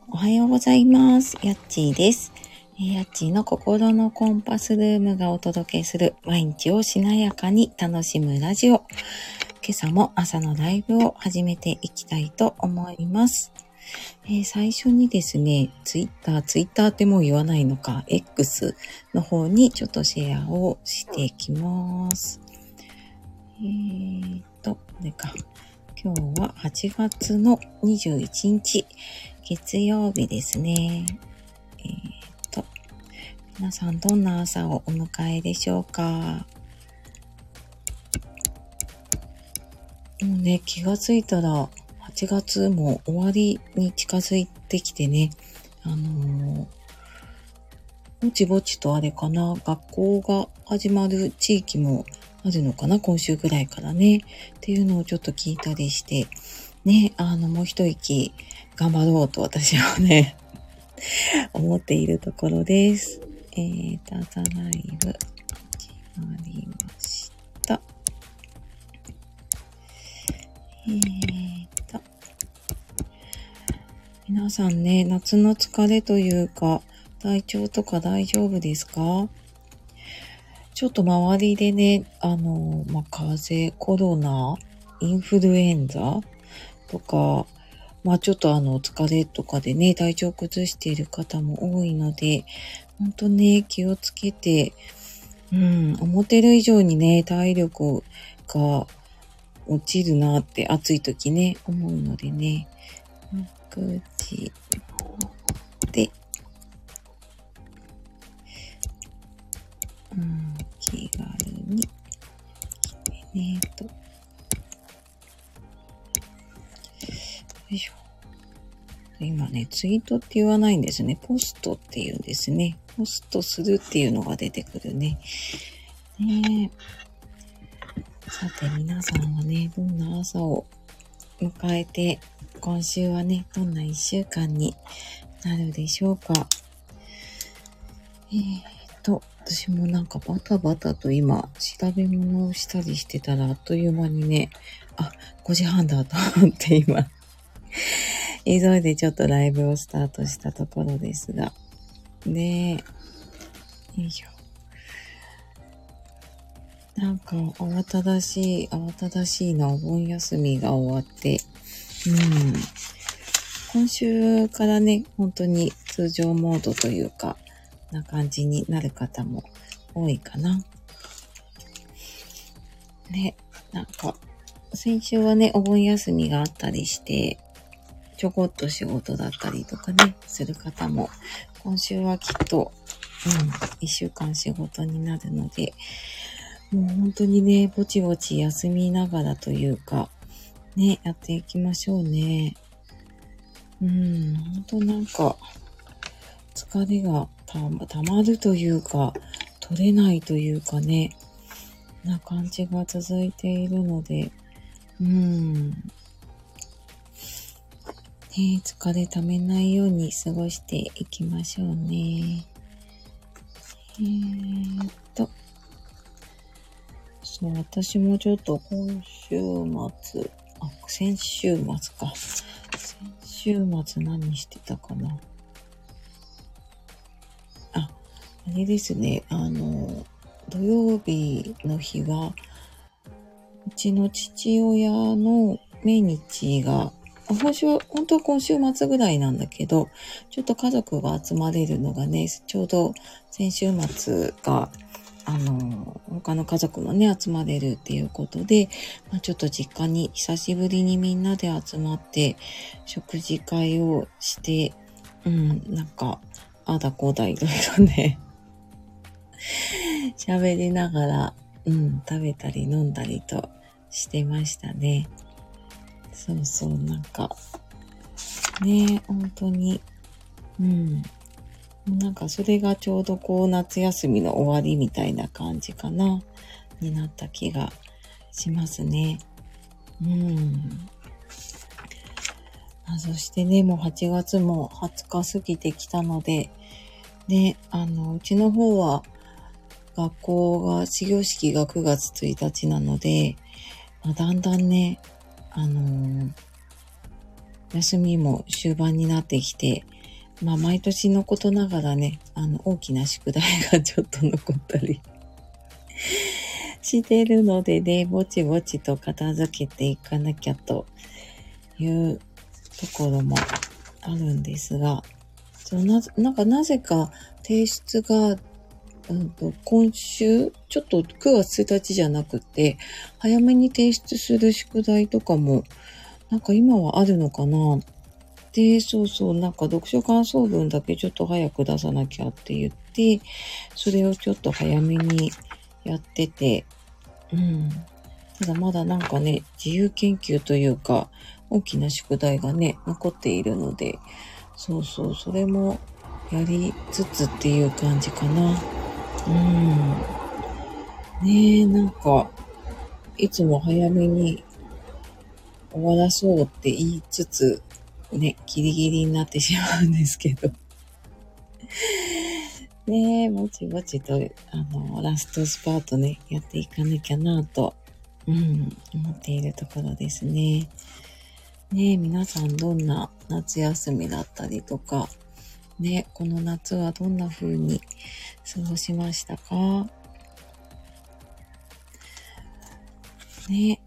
おはようございます。やっちーです。やっちーの心のコンパスルームがお届けする毎日をしなやかに楽しむラジオ。今朝も朝のライブを始めていきたいと思います。最初にですね、ツイッターってもう言わないのか、X の方にちょっとシェアをしていきます。これか。今日は8月の21日、月曜日ですね。皆さんどんな朝をお迎えでしょうか。もうね、気がついたら8月も終わりに近づいてきてね、ぼちぼちとあれかな、学校が始まる地域もあるのかな、今週ぐらいからね、っていうのをちょっと聞いたりして、ね、もう一息頑張ろうと私はね、思っているところです。朝ライブ始まりました。皆さんね、夏の疲れというか、体調とか大丈夫ですか？ちょっと周りでね、風邪、コロナ、インフルエンザとか、ちょっと疲れとかでね、体調崩している方も多いので、ほんとね、気をつけて、思ってる以上にね、体力が落ちるなって暑い時ね、思うのでね、6時で、気軽に来てねと。よいしょ。今ね、ツイートって言わないんですね。ポストって言うんですね。ポストするっていうのが出てくるね。さて皆さんはね、どんな朝を迎えて、今週はね、どんな一週間になるでしょうか。私もなんかバタバタと今、調べ物をしたりしてたら、あっという間にね、5時半だと思って今、急いでちょっとライブをスタートしたところですが。ねえ。よいしょ。なんか慌ただしいな、お盆休みが終わって。今週からね、本当に通常モードというか、な感じになる方も多いかな。ね、なんか、先週はね、お盆休みがあったりして、ちょこっと仕事だったりとかね、する方も、今週はきっと、1週間仕事になるので、もう本当にね、ぼちぼち休みながらというか、ね、やっていきましょうね。本当なんか、疲れがたまるというか、取れないというかね、な感じが続いているので、疲れためないように過ごしていきましょうね。そう、私もちょっと先週末何してたかな。あれですね、土曜日の日は、うちの父親の命日が、本当は今週末ぐらいなんだけど、ちょっと家族が集まれるのがね、ちょうど先週末が、他の家族もね、集まれるっていうことで、ちょっと実家に久しぶりにみんなで集まって、食事会をして、なんか、あだこうだいろいろね、喋りながら、食べたり飲んだりとしてましたね。そう、なんか、ね、本当に、なんかそれがちょうど夏休みの終わりみたいな感じかな、になった気がしますね。そしてね、もう8月も20日過ぎてきたので、ね、うちの方は、学校が、始業式が9月1日なので、だんだんね、休みも終盤になってきて、 まあ毎年のことながらね、大きな宿題がちょっと残ったりしてるのでね、ぼちぼちと片付けていかなきゃというところもあるんですが、なぜか提出が、今週、ちょっと9月1日じゃなくて、早めに提出する宿題とかも、なんか今はあるのかな。で、そうそう、なんか読書感想文だけちょっと早く出さなきゃって言って、それをちょっと早めにやってて、うん。ただまだなんかね、自由研究というか、大きな宿題がね、残っているので、そうそう、それもやりつつっていう感じかな。うん。ねえ、なんか、いつも早めに終わらそうって言いつつ、ね、ギリギリになってしまうんですけど。ねえ、ぼちぼちと、ラストスパートね、やっていかなきゃなと、思っているところですね。ねえ、皆さんどんな夏休みだったりとか、ね、この夏はどんな風に過ごしましたか？ね、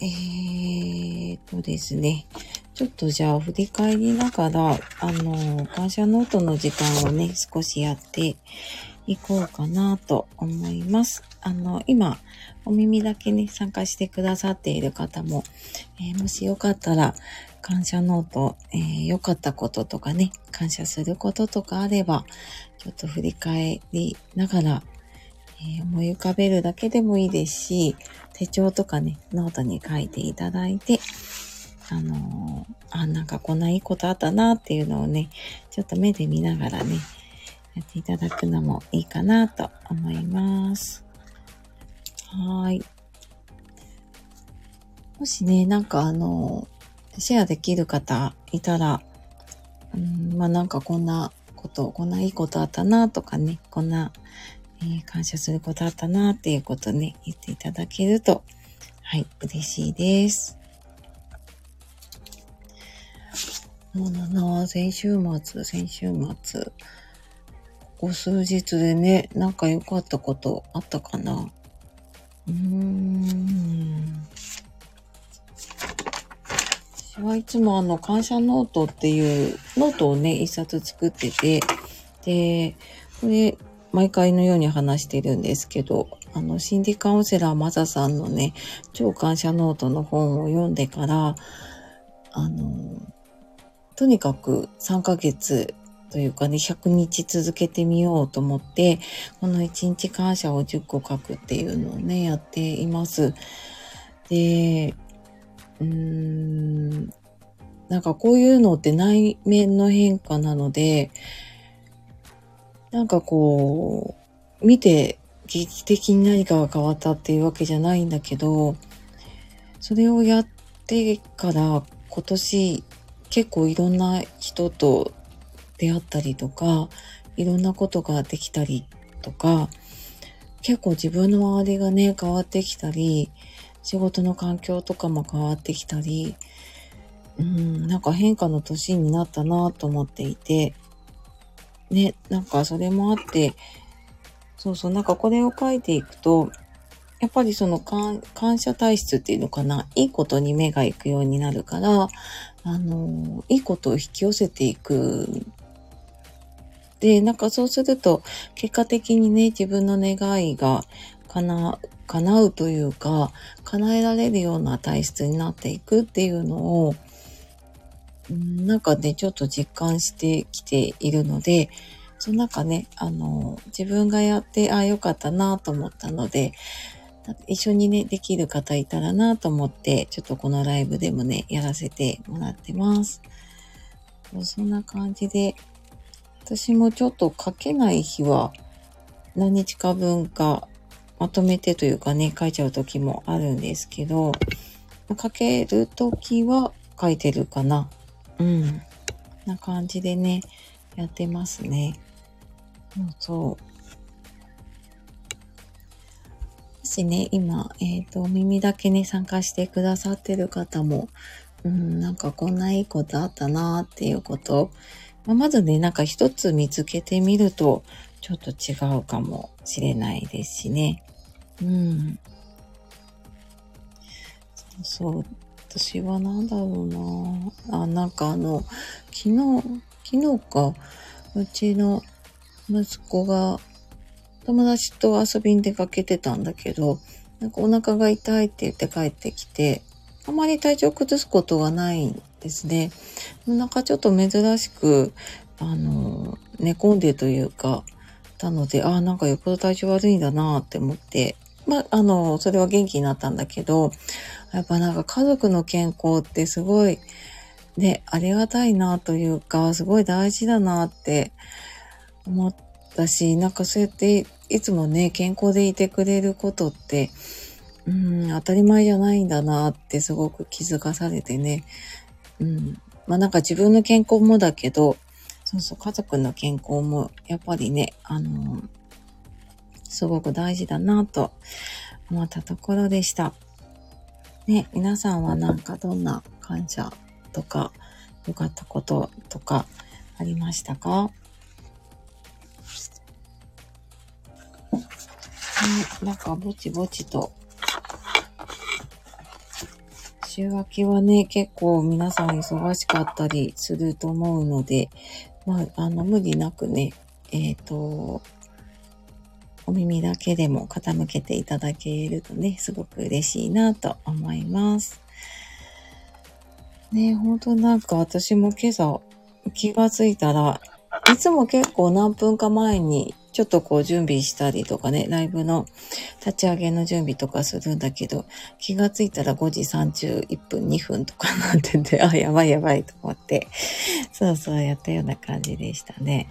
ですね。ちょっとじゃあ振り返りながら、感謝ノートの時間をね、少しやっていこうかなと思います。今、お耳だけね、参加してくださっている方も、もしよかったら、感謝ノート、良かったこととかね、感謝することとかあれば、ちょっと振り返りながら、思い浮かべるだけでもいいですし、手帳とかね、ノートに書いていただいて、なんかこんないいことあったなっていうのをね、ちょっと目で見ながらね、やっていただくのもいいかなと思います。はい。もしね、なんかシェアできる方いたら、なんかこんないいことあったなとかね、こんな、感謝することあったなっていうことね、言っていただけると、はい、嬉しいです。もう先週末、ここ数日でね、なんか良かったことあったかな？私はいつも感謝ノートっていうノートをね、一冊作ってて、で、これ、毎回のように話してるんですけど、心理カウンセラーマサさんのね、超感謝ノートの本を読んでから、とにかく3ヶ月というかね、100日続けてみようと思って、この1日感謝を10個書くっていうのをね、やっています。で、なんかこういうのって内面の変化なので、なんかこう、見て劇的に何かが変わったっていうわけじゃないんだけど、それをやってから今年結構いろんな人と出会ったりとか、いろんなことができたりとか、結構自分の周りがね、変わってきたり、仕事の環境とかも変わってきたり、なんか変化の年になったなと思っていて、ね、なんかそれもあって、そうそう、なんかこれを書いていくと、やっぱりその感謝体質っていうのかな、いいことに目が行くようになるから、いいことを引き寄せていく。で、なんかそうすると、結果的にね、自分の願いが叶うというか、叶えられるような体質になっていくっていうのを、なんかね、ちょっと実感してきているので、その中ね、自分がやって、よかったなと思ったので、一緒にね、できる方いたらなと思って、ちょっとこのライブでもね、やらせてもらってます。そんな感じで、私もちょっと書けない日は、何日か分か、まとめてというかね、書いちゃう時もあるんですけど、書ける時は書いてるかな。な感じでね、やってますね。そう。もしね、今、耳だけね、参加してくださってる方も、なんかこんないいことあったなーっていうこと、 まずね、なんか一つ見つけてみると、ちょっと違うかもしれないですしね。うん。そう。私はなんだろうな。なんか昨日か、うちの息子が友達と遊びに出かけてたんだけど、なんかお腹が痛いって言って帰ってきて、あまり体調崩すことがないんですね。なんかちょっと珍しく、寝込んでというか、たので、なんかよっぽど体調悪いんだなって思って、それは元気になったんだけど、やっぱなんか家族の健康ってすごい、ね、ありがたいなというか、すごい大事だなって思ったし、なんかそうやっていつもね、健康でいてくれることって、当たり前じゃないんだなってすごく気づかされてね。なんか自分の健康もだけど、そうそう、家族の健康もやっぱりね、すごく大事だなと思ったところでした。ね、皆さんはなんかどんな感謝とか良かったこととかありましたか？なんかぼちぼちと週明けはね、結構皆さん忙しかったりすると思うので、無理なくね、お耳だけでも傾けていただけるとね、すごく嬉しいなと思います。ね、本当なんか私も今朝気がついたら、いつも結構何分か前にちょっとこう準備したりとかね、ライブの立ち上げの準備とかするんだけど、気がついたら5時31分2分とかなってて、やばいやばいと思って、そうそうやったような感じでしたね。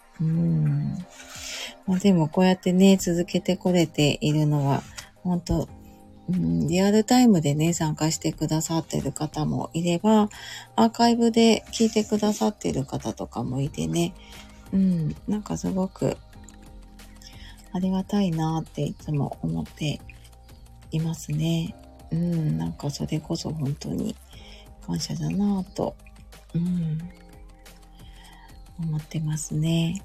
でもこうやってね、続けてこれているのは、本当リアルタイムでね、参加してくださってる方もいれば、アーカイブで聞いてくださってる方とかもいてね、なんかすごくありがたいなっていつも思っていますね。なんかそれこそ本当に感謝だなと、思ってますね。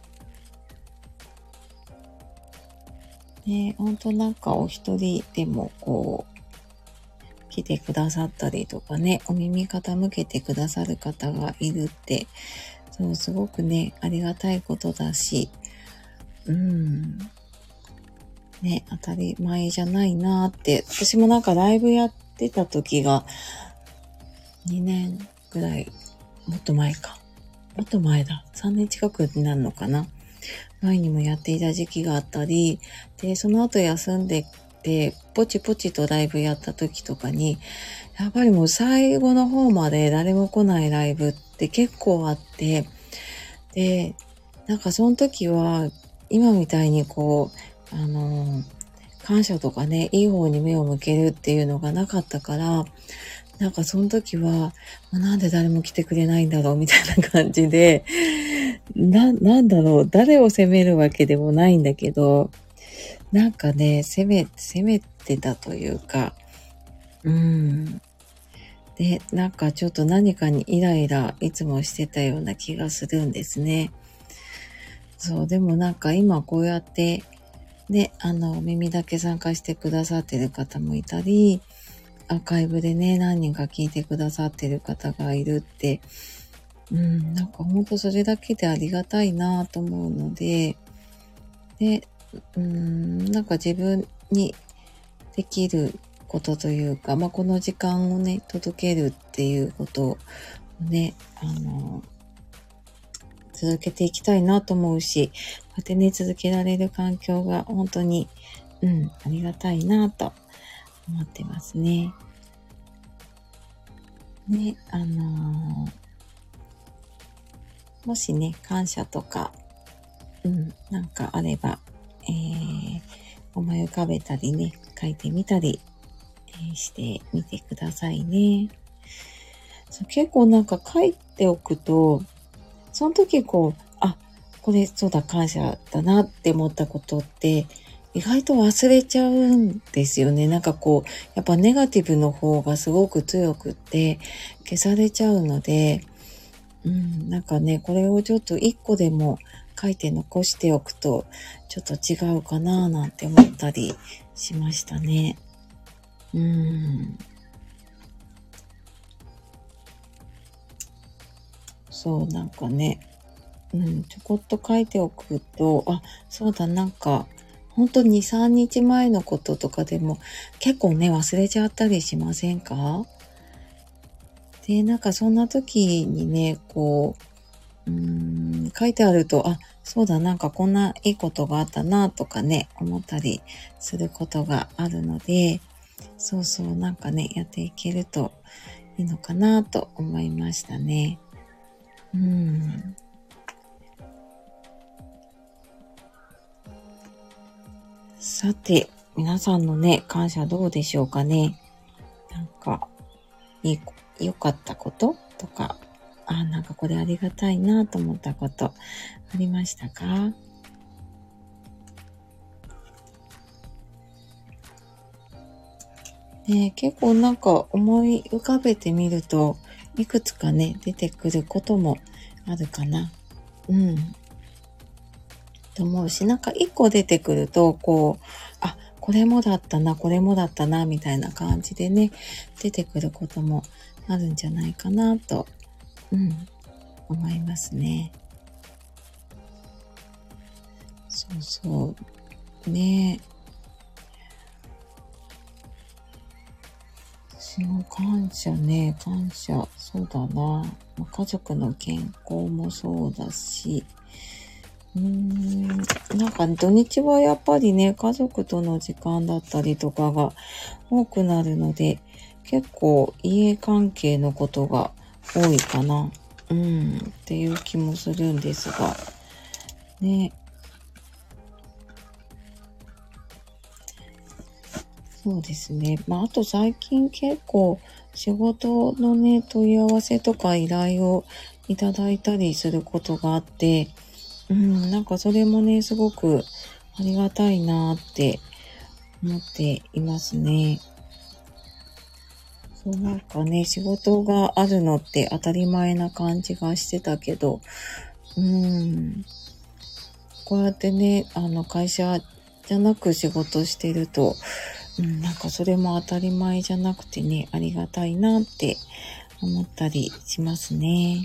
ね、本当なんかお一人でもこう、来てくださったりとかね、お耳傾けてくださる方がいるって、そう、すごくね、ありがたいことだし、ね、当たり前じゃないなって、私もなんかライブやってた時が、2年ぐらい、もっと前か。もっと前だ。3年近くになるのかな。前にもやっていた時期があったり、で、その後休んでて、ポチポチとライブやった時とかに、やっぱりもう最後の方まで誰も来ないライブって結構あって、で、なんかその時は、今みたいにこう、感謝とかね、いい方に目を向けるっていうのがなかったから、なんかその時は、なんで誰も来てくれないんだろうみたいな感じで、なんだろう、誰を責めるわけでもないんだけど、なんかね、責めてたというか、で、なんかちょっと何かにイライラいつもしてたような気がするんですね。そう、でもなんか今こうやって、ね、耳だけ参加してくださってる方もいたり、アーカイブでね、何人か聞いてくださってる方がいるって、なんかほんとそれだけでありがたいなと思うので、で、なんか自分にできることというか、この時間をね、届けるっていうことをね、続けていきたいなと思うし、こうやってね、続けられる環境が本当に、ありがたいなと思ってますね。ね、もしね、感謝とか、なんかあれば、思い浮かべたりね、書いてみたり、してみてくださいね。そう、結構なんか書いておくと、その時こう、これそうだ、感謝だなって思ったことって、意外と忘れちゃうんですよね。なんかこう、やっぱネガティブの方がすごく強くって、消されちゃうので、 なんかね、これをちょっと一個でも書いて残しておくと、ちょっと違うかななんて思ったりしましたね。そう、なんかね、ちょこっと書いておくと、そうだ、なんか、ほんと2、3日前のこととかでも結構ね、忘れちゃったりしませんか？で、なんかそんな時にね、書いてあると、そうだ、なんかこんないいことがあったなとかね、思ったりすることがあるので、そうそう、なんかね、やっていけるといいのかなと思いましたね。さて、皆さんのね、感謝どうでしょうかね。なんか、良かったこととか、なんかこれありがたいなと思ったことありましたか？ね、結構なんか思い浮かべてみると、いくつかね、出てくることもあるかな。と思うし、なんか一個出てくると、これもだったな、これもだったな、みたいな感じでね、出てくることもあるんじゃないかなと、思いますね。そうそう。ねえ。私も感謝ね、感謝。そうだな。家族の健康もそうだし、なんか土日はやっぱりね、家族との時間だったりとかが多くなるので、結構家関係のことが多いかな。っていう気もするんですが。ね。そうですね。あと最近結構仕事のね、問い合わせとか依頼をいただいたりすることがあって、なんかそれもね、すごくありがたいなって思っていますね。そう、なんかね、仕事があるのって当たり前な感じがしてたけど、うーん、こうやってね、会社じゃなく仕事してると、なんかそれも当たり前じゃなくてね、ありがたいなって思ったりしますね。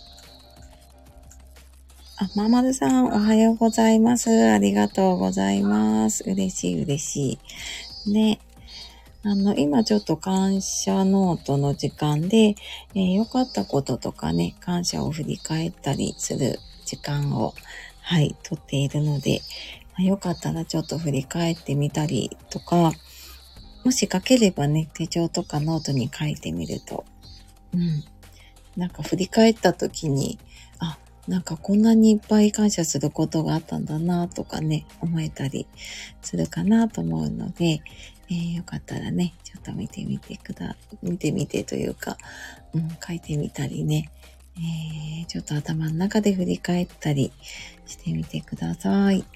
ままるさん、おはようございます。ありがとうございます。嬉しい、嬉しい。ね。今ちょっと感謝ノートの時間で、良かったこととかね、感謝を振り返ったりする時間を、はい、とっているので、よかったらちょっと振り返ってみたりとか、もし書ければね、手帳とかノートに書いてみると、なんか振り返った時に、なんかこんなにいっぱい感謝することがあったんだなとかね、思えたりするかなと思うので、よかったらね、ちょっと見てみてというか、書いてみたりね、ちょっと頭の中で振り返ったりしてみてください。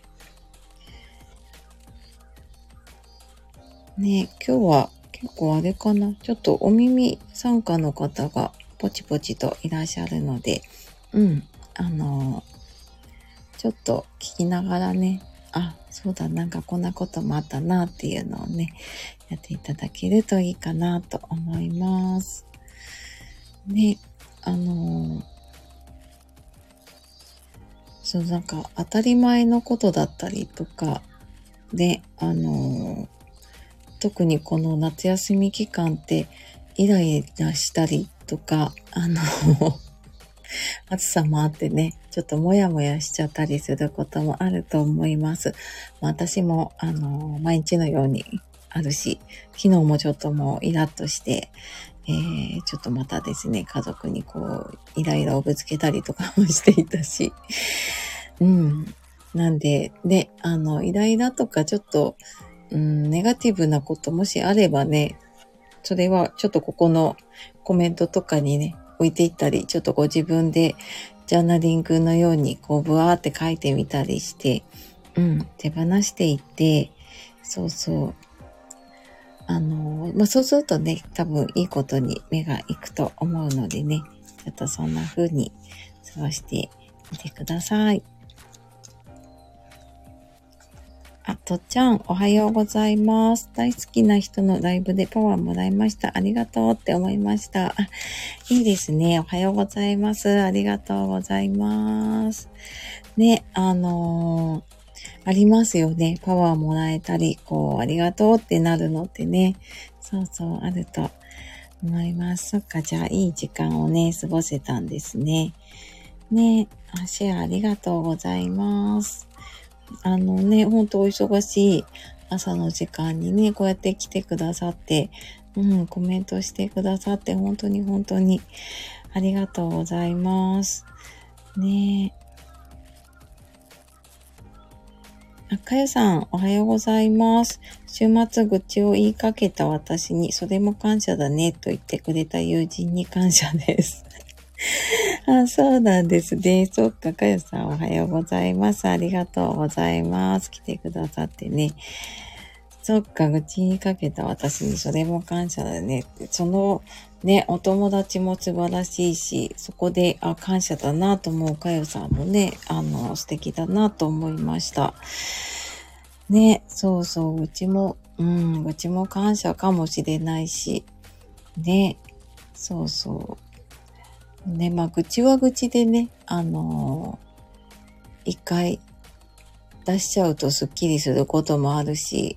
ね、今日は結構あれかな、ちょっとお耳参加の方がポチポチといらっしゃるので、あのちょっと聞きながらね、そうだ、なんかこんなこともあったなっていうのをね、やっていただけるといいかなと思います。ね、なんか当たり前のことだったりとか、で、特にこの夏休み期間ってイライラしたりとか、暑さもあってね、ちょっともやもやしちゃったりすることもあると思います。私も、毎日のようにあるし、昨日もちょっともうイラッとして、ちょっとまたですね、家族にイライラをぶつけたりとかもしていたし、なんで、ね、イライラとかちょっと、ネガティブなこともしあればね、それはちょっとここのコメントとかにね、置いていったり、ちょっと自分でジャーナリングのようにブワーって書いてみたりして、手放していって、そうそう。そうするとね、多分いいことに目が行くと思うのでね、 ちょっとそんな風に過ごしてみてください。とっちゃん、おはようございます。大好きな人のライブでパワーもらいました。ありがとうって思いました。いいですね。おはようございます。ありがとうございます。ね、ありますよね。パワーもらえたり、ありがとうってなるのってね。そうそう、あると思います。そっか、じゃあいい時間をね、過ごせたんですね。ね、シェアありがとうございます。ほんとお忙しい朝の時間にね、こうやって来てくださって、コメントしてくださって、本当に本当にありがとうございます。ねかよさん、おはようございます。週末愚痴を言いかけた私に、それも感謝だね、と言ってくれた友人に感謝です。そうなんですね。そっか、かよさんおはようございます。ありがとうございます。来てくださってね。そっか、愚痴にかけた私にそれも感謝だね。そのね、お友達も素晴らしいし、そこで、感謝だなと思うかよさんもね、素敵だなと思いました。ね、そうそう、うちも感謝かもしれないし、ね、そうそう。ね、愚痴は愚痴でね、一回出しちゃうとスッキリすることもあるし、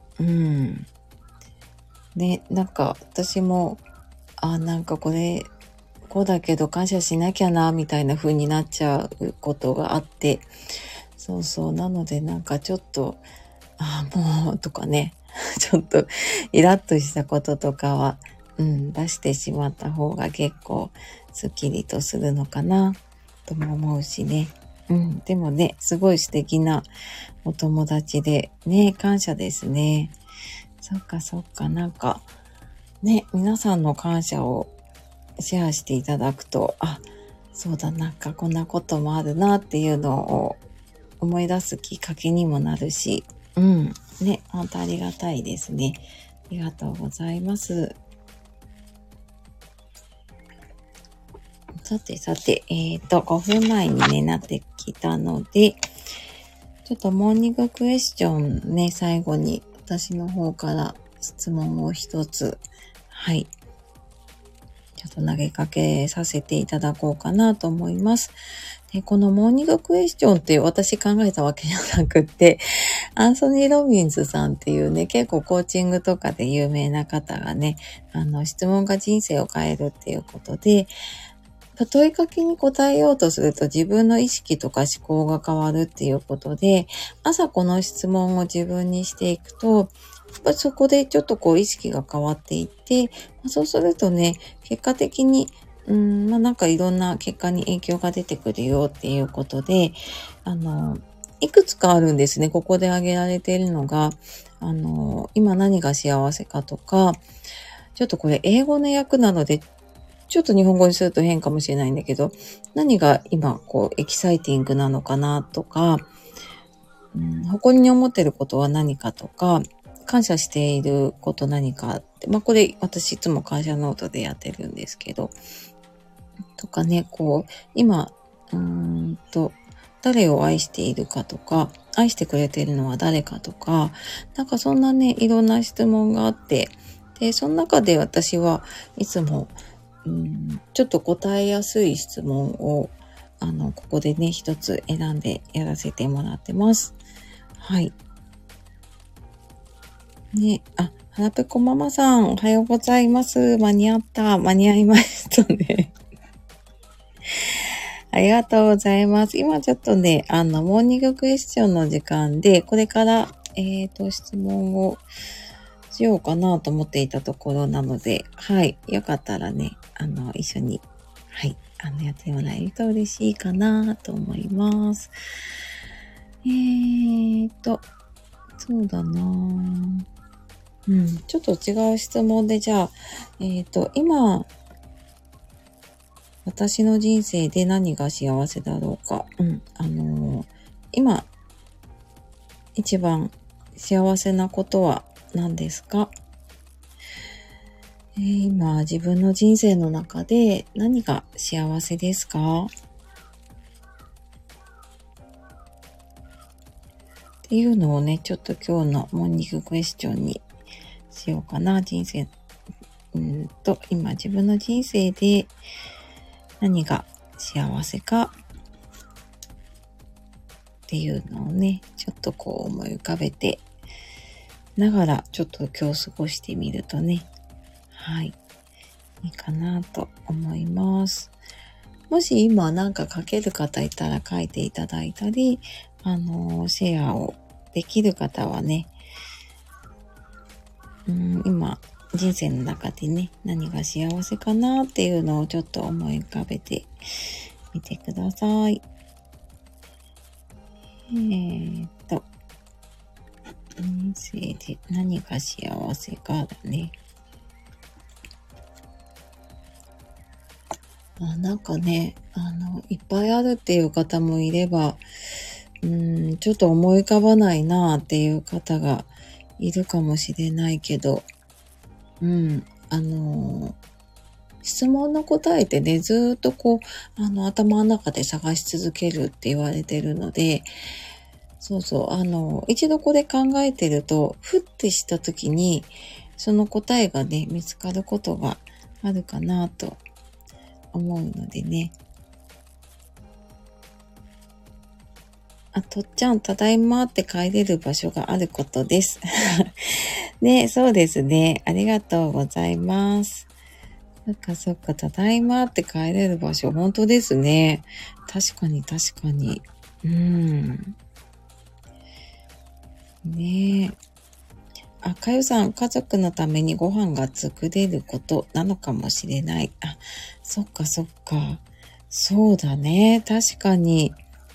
ね、なんか私も、なんかこうだけど感謝しなきゃな、みたいな風になっちゃうことがあって、そうそう、なのでなんかちょっと、もう、とかね、ちょっとイラッとしたこととかは、出してしまった方が結構スッキリとするのかな、とも思うしね。でもね、すごい素敵なお友達で、ね、感謝ですね。そっかそっか、なんか、ね、皆さんの感謝をシェアしていただくと、そうだ、なんかこんなこともあるなっていうのを思い出すきっかけにもなるし、ね、本当ありがたいですね。ありがとうございます。さて、5分前にね、なってきたので、ちょっとモーニングクエスチョンね、最後に私の方から質問を一つ、ちょっと投げかけさせていただこうかなと思います。で、このモーニングクエスチョンって私考えたわけじゃなくって、アンソニー・ロビンズさんっていうね、結構コーチングとかで有名な方がね、質問が人生を変えるっていうことで、問いかけに答えようとすると自分の意識とか思考が変わるっていうことで、朝この質問を自分にしていくと、やっぱそこでちょっと意識が変わっていって、そうするとね、結果的に、なんかいろんな結果に影響が出てくるよっていうことで、いくつかあるんですね。ここで挙げられているのが、今何が幸せかとか、ちょっとこれ英語の訳なので、ちょっと日本語にすると変かもしれないんだけど、何が今エキサイティングなのかなとか、誇りに思ってることは何かとか、感謝していること何かって、これ私いつも感謝ノートでやってるんですけど、とかね、今、誰を愛しているかとか、愛してくれているのは誰かとか、なんかそんなね、いろんな質問があって、で、その中で私はいつも、ちょっと答えやすい質問を、ここでね、一つ選んでやらせてもらってます。はい。ね、はらぺこママさん、おはようございます。間に合いましたね。ありがとうございます。今ちょっとね、モーニングクエスチョンの時間で、これから、質問をしようかなと思っていたところなので、よかったらね、一緒に、やってもらえると嬉しいかなと思います。そうだなちょっと違う質問で、じゃあ、今、私の人生で何が幸せだろうか。今、一番幸せなことは何ですか？ 今、自分の人生の中で何が幸せですかっていうのをね、ちょっと今日のモーニングクエスチョンにしようかな。今自分の人生で何が幸せかっていうのをね、ちょっとこう思い浮かべてながらちょっと今日過ごしてみるとね、はい、いいかなと思います。もし今なんか書ける方いたら書いていただいたり、シェアをできる方はね、今人生の中でね、何が幸せかなっていうのをちょっと思い浮かべてみてください。人生で何が幸せかだね。なんかね、いっぱいあるっていう方もいれば、ちょっと思い浮かばないなっていう方がいるかもしれないけど、質問の答えってね、ずーっとこう、頭の中で探し続けるって言われてるので、一度これ考えてると、ふってした時に、その答えがね、見つかることがあるかなと思うのでね。とっちゃん、ただいまって帰れる場所があることです。ね、そうですね。ありがとうございます。そっか、ただいまって帰れる場所、本当ですね。確かに。ねえ。かよさん、家族のためにご飯が作れることなのかもしれない。そっか。そうだね。確かに。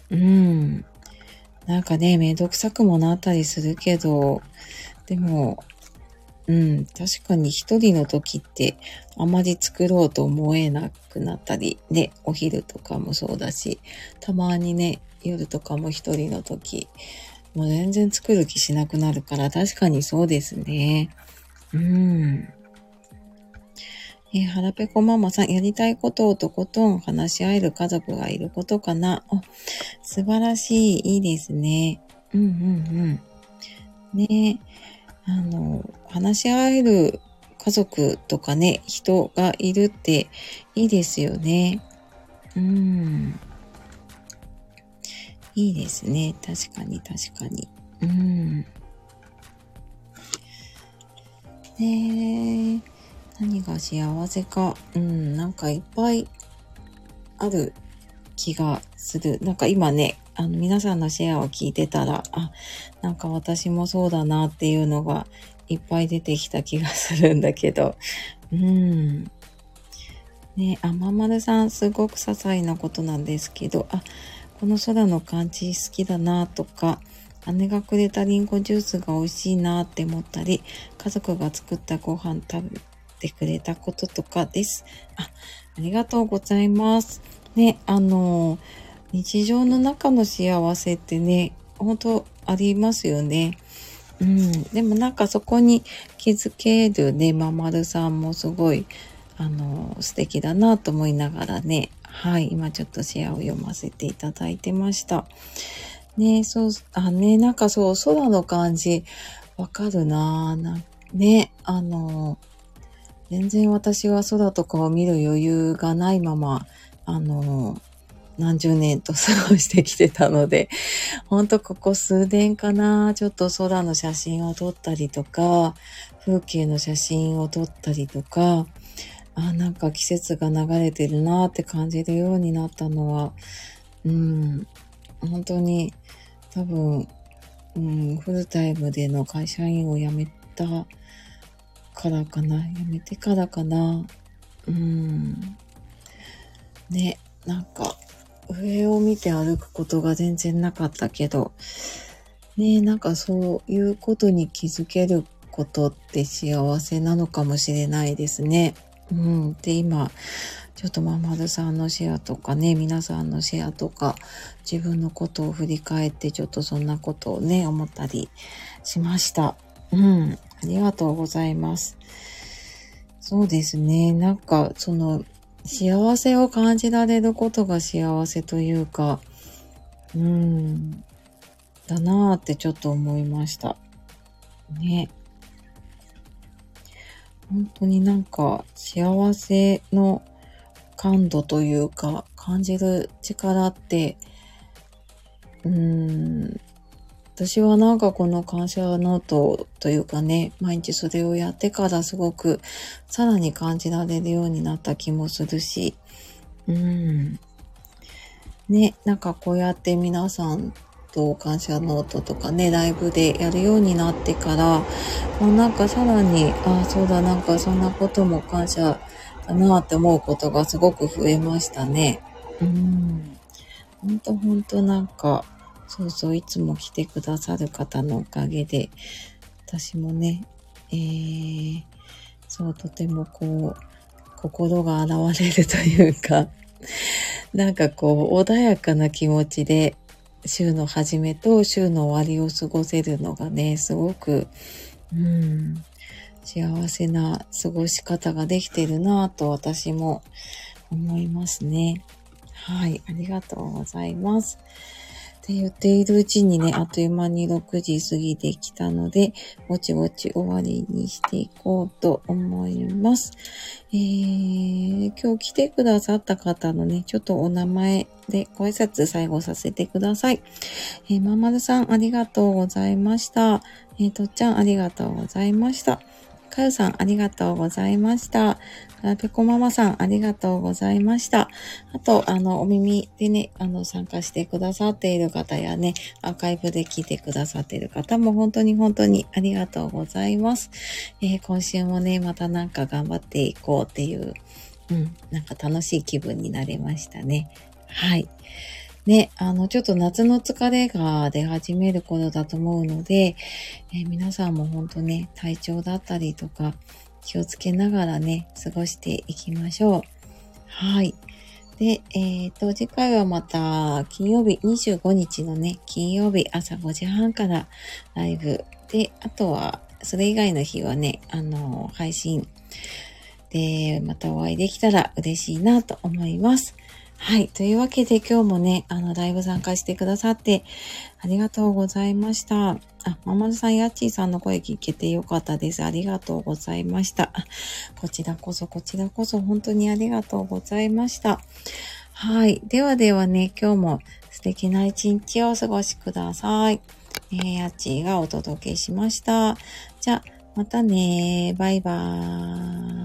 なんかね、めんどくさくもなったりするけど、でも、確かに一人の時ってあまり作ろうと思えなくなったり、ね、お昼とかもそうだし、たまにね、夜とかも一人の時、もう全然作る気しなくなるから確かにそうですね。はらぺこママさん、やりたいことをとことん話し合える家族がいることかな。素晴らしい、いいですね。ね、話し合える家族とかね、人がいるっていいですよね。いいですね。確かに。何が幸せか。なんかいっぱいある気がする。なんか今ね、皆さんのシェアを聞いてたら、なんか私もそうだなっていうのがいっぱい出てきた気がするんだけど。ね、ままるさん、すごく些細なことなんですけど、この空の感じ好きだなとか、姉がくれたリンゴジュースが美味しいなって思ったり、家族が作ったご飯食べてくれたこととかです。ありがとうございます。ね、日常の中の幸せってね、本当ありますよね。でもなんかそこに気づけるね、ままるさんもすごい、素敵だなと思いながらね、はい、今ちょっとシェアを読ませていただいてました。ね、なんかそう、空の感じ、わかるなね、全然私は空とかを見る余裕がないまま、何十年と過ごしてきてたので、ほんとここ数年かな、ちょっと空の写真を撮ったりとか、風景の写真を撮ったりとか、なんか季節が流れてるなって感じるようになったのは、本当に多分、フルタイムでの会社員を辞めてからかな。ね、なんか、上を見て歩くことが全然なかったけど、ね、なんかそういうことに気づけることって幸せなのかもしれないですね。で、今、ちょっとまるさんのシェアとかね、皆さんのシェアとか、自分のことを振り返って、ちょっとそんなことをね、思ったりしました。ありがとうございます。 そうですね。なんか、幸せを感じられることが幸せというか、だなーってちょっと思いました。ね。本当になんか、幸せの感度というか、感じる力って、うーん、私はなんかこの感謝ノートというかね、毎日それをやってからすごくさらに感じられるようになった気もするし、ね、なんかこうやって皆さんと感謝ノートとかね、ライブでやるようになってから、なんかさらに、そうだ、なんかそんなことも感謝だなって思うことがすごく増えましたね。ほんとなんか、そうそう、いつも来てくださる方のおかげで、私もね、そう、とてもこう、心が洗われるというか、なんかこう、穏やかな気持ちで、週の始めと週の終わりを過ごせるのがね、すごく、うん、幸せな過ごし方ができてるなぁと私も思いますね。はい、ありがとうございます。って言っているうちにね、あっという間に6時過ぎてきたので、ぼちぼち終わりにしていこうと思います。今日来てくださった方のね、ちょっとお名前でご挨拶最後させてください。まんまるさんありがとうございました。とっちゃんありがとうございました。かよさんありがとうございました。ぺこママさんありがとうございました。あと、お耳でね、参加してくださっている方やね、アーカイブで聞いてくださっている方も本当に本当にありがとうございます。今週もね、またなんか頑張っていこうっていう、なんか楽しい気分になれましたね。はい。ね、ちょっと夏の疲れが出始める頃だと思うので、皆さんも本当ね、体調だったりとか気をつけながらね、過ごしていきましょう。はい。で、次回はまた金曜日、25日のね、金曜日朝5時半からライブで、あとはそれ以外の日はね、配信でまたお会いできたら嬉しいなと思います。はい。というわけで今日もね、ライブ参加してくださってありがとうございました。ママルさん、やっちーさんの声聞けてよかったです。ありがとうございました。こちらこそ本当にありがとうございました。はい。ではではね、今日も素敵な一日をお過ごしください。やっちーがお届けしました。じゃあ、またね。バイバーイ。